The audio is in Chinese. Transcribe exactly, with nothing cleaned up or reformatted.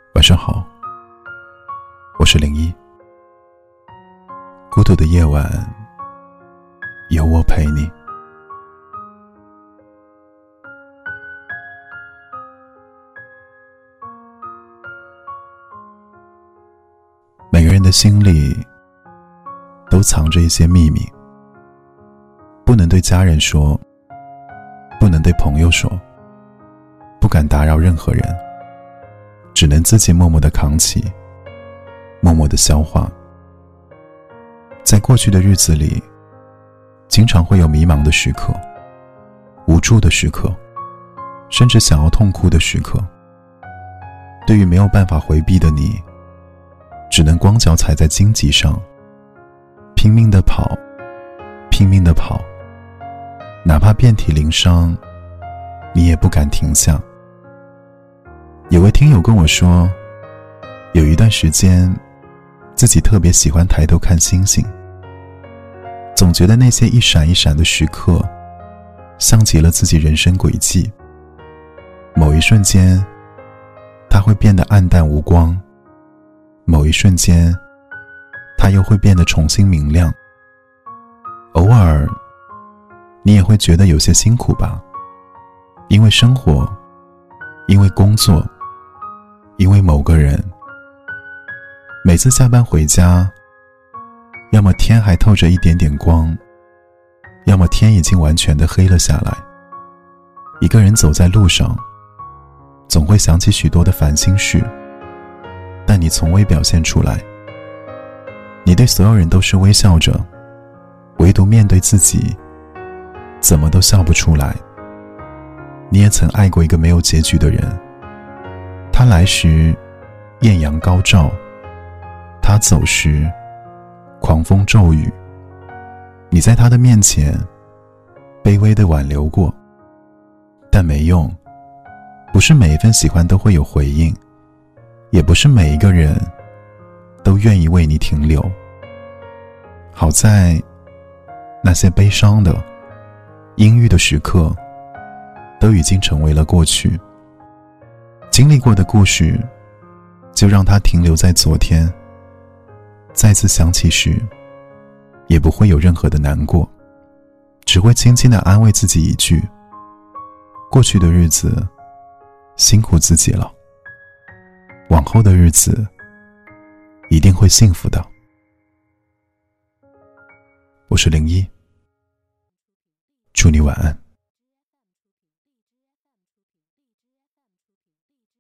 晚上好，我是零一。孤独的夜晚，有我陪你。每个人的心里都藏着一些秘密，不能对家人说，不能对朋友说，不敢打扰任何人，只能自己默默地扛起，默默地消化。在过去的日子里，经常会有迷茫的时刻，无助的时刻，甚至想要痛哭的时刻。对于没有办法回避的你，只能光脚踩在荆棘上，拼命地跑，拼命地跑，哪怕遍体鳞伤，你也不敢停下。有位听友跟我说，有一段时间自己特别喜欢抬头看星星，总觉得那些一闪一闪的时刻像极了自己人生轨迹。某一瞬间它会变得暗淡无光，某一瞬间它又会变得重新明亮。偶尔你也会觉得有些辛苦吧，因为生活，因为工作，因为某个人。每次下班回家，要么天还透着一点点光，要么天已经完全的黑了下来。一个人走在路上，总会想起许多的烦心事，但你从未表现出来。你对所有人都是微笑着，唯独面对自己，怎么都笑不出来。你也曾爱过一个没有结局的人，他来时艳阳高照，他走时狂风骤雨，你在他的面前卑微地挽留过，但没用。不是每一份喜欢都会有回应，也不是每一个人都愿意为你停留。好在那些悲伤的阴郁的时刻都已经成为了过去，经历过的故事就让它停留在昨天，再次想起时也不会有任何的难过，只会轻轻地安慰自己一句，过去的日子辛苦自己了，往后的日子一定会幸福的。我是零一，祝你晚安。